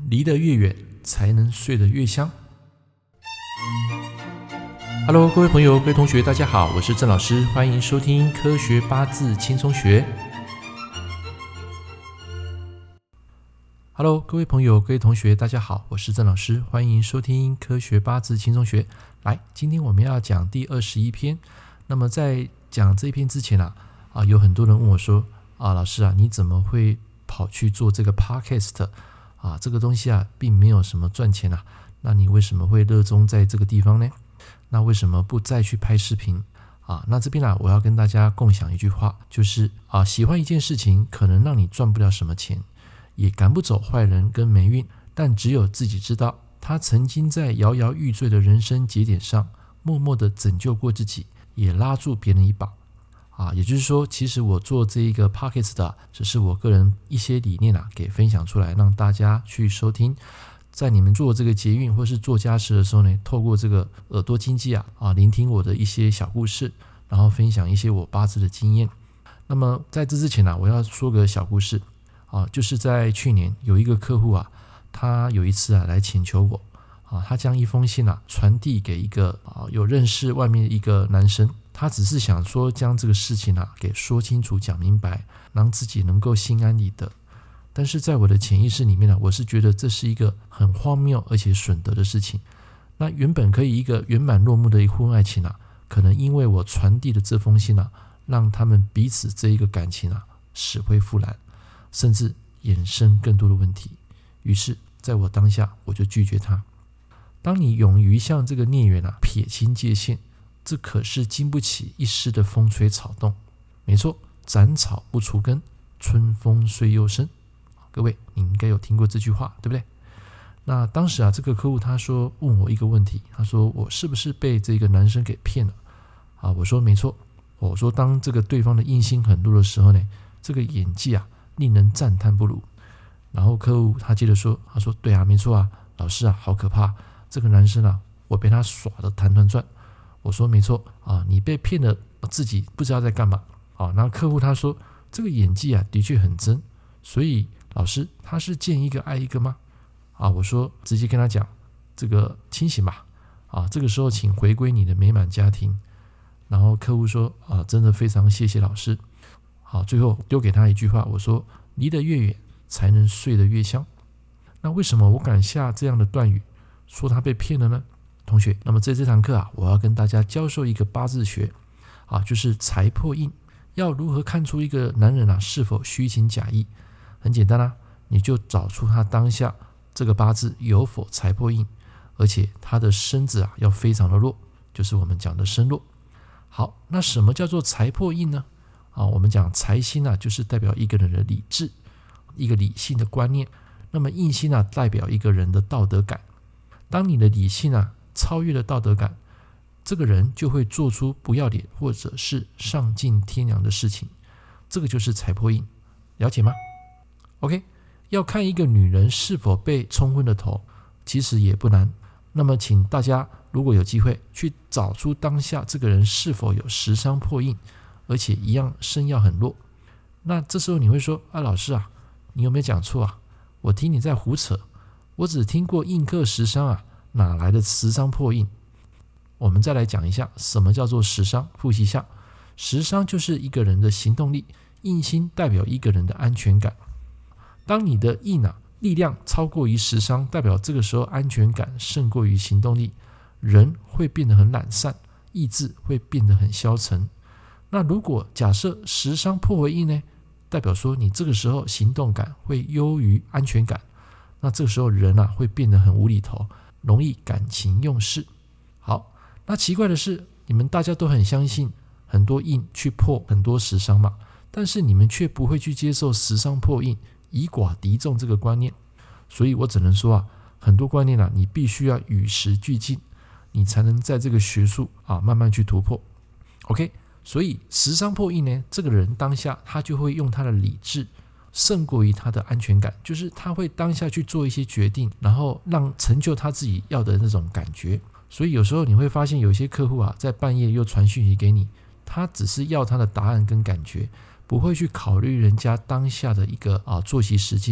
离得越远，才能睡得越香。Hello， 各位朋友、各位同学，大家好，我是郑老师，欢迎收听科学八字轻松学。Hello， 各位朋友、各位同学，大家好，我是郑老师，欢迎收听科学八字轻松学。来，今天我们要讲第21篇。那么在讲这一篇之前有很多人问我说老师你怎么会跑去做这个 podcast 这个东西并没有什么赚钱那你为什么会热衷在这个地方呢？那为什么不再去拍视频那这边我要跟大家共享一句话，就是喜欢一件事情可能让你赚不了什么钱，也赶不走坏人跟霉运，但只有自己知道他曾经在摇摇欲坠的人生节点上默默地拯救过自己，也拉住别人一把也就是说，其实我做这一个 podcast 只是我个人一些理念给分享出来，让大家去收听。在你们做这个捷运或是做家事的时候呢，透过这个耳朵经济聆听我的一些小故事，然后分享一些我八字的经验。那么在这之前我要说个小故事就是在去年有一个客户他有一次来请求我他将一封信传递给一个有认识外面一个男生，他只是想说将这个事情给说清楚讲明白，让自己能够心安理得。但是在我的潜意识里面我是觉得这是一个很荒谬而且损德的事情。那原本可以一个圆满落幕的一婚外情可能因为我传递的这封信让他们彼此这一个感情死灰复燃，甚至衍生更多的问题。于是在我当下我就拒绝他。当你勇于向这个孽缘撇清界限，这可是经不起一时的风吹草动。没错，斩草不除根，春风吹又生。各位你应该有听过这句话，对不对？那当时这个客户他说问我一个问题，他说我是不是被这个男生给骗了我说没错。我说当这个对方的印星很多的时候呢，这个演技令人赞叹不如。然后客户他接着说，他说对没错老师好可怕，这个男生我被他耍得团团转。我说没错你被骗了，自己不知道在干嘛然后客户他说这个演技的确很真，所以老师他是见一个爱一个吗？我说直接跟他讲这个清醒吧这个时候请回归你的美满家庭。然后客户说真的非常谢谢老师。最后丢给他一句话，我说离得越远才能睡得越香。那为什么我敢下这样的断语说他被骗了呢？同学，那么在这堂课我要跟大家教授一个八字学就是财破印。要如何看出一个男人是否虚情假意？很简单你就找出他当下这个八字有否财破印，而且他的身子要非常的弱，就是我们讲的身弱。好，那什么叫做财破印呢？我们讲财星就是代表一个人的理智，一个理性的观念。那么印星代表一个人的道德感。当你的理性超越了道德感，这个人就会做出不要脸或者是丧尽天良的事情，这个就是财破印，了解吗？ OK， 要看一个女人是否被冲昏了头，其实也不难。那么请大家如果有机会去找出当下这个人是否有食伤破印，而且一样身要很弱。那这时候你会说老师你有没有讲错我听你在胡扯，我只听过印克食伤哪来的食伤破印？我们再来讲一下什么叫做食伤，复习一下。食伤就是一个人的行动力，印星代表一个人的安全感。当你的印力量超过于食伤，代表这个时候安全感胜过于行动力，人会变得很懒散，意志会变得很消沉。那如果假设食伤破为印呢，代表说你这个时候行动感会优于安全感，那这个时候人会变得很无厘头，容易感情用事。好，那奇怪的是你们大家都很相信很多印去破很多食伤嘛，但是你们却不会去接受食伤破印以寡敌众这个观念。所以我只能说很多观念你必须要与时俱进，你才能在这个学术慢慢去突破。 OK， 所以食伤破印呢，这个人当下他就会用他的理智胜过于他的安全感，就是他会当下去做一些决定，然后让成就他自己要的那种感觉。所以有时候你会发现有些客户在半夜又传讯息给你，他只是要他的答案跟感觉，不会去考虑人家当下的一个作息时间，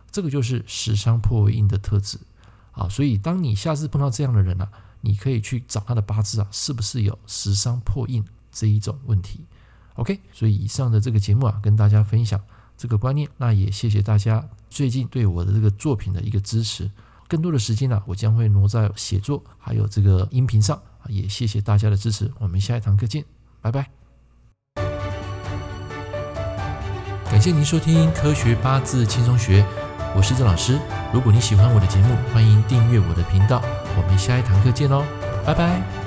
这个就是食伤破为印的特质啊。所以当你下次碰到这样的人啊，你可以去找他的八字啊，是不是有食伤破印这一种问题。OK， 所以以上的这个节目啊，跟大家分享这个观念，那也谢谢大家最近对我的这个作品的一个支持。更多的时间呢，我将会挪在写作还有这个音频上，也谢谢大家的支持。我们下一堂课见，拜拜。感谢您收听科学八字轻松学，我是郑老师。如果你喜欢我的节目，欢迎订阅我的频道。我们下一堂课见喽，拜拜。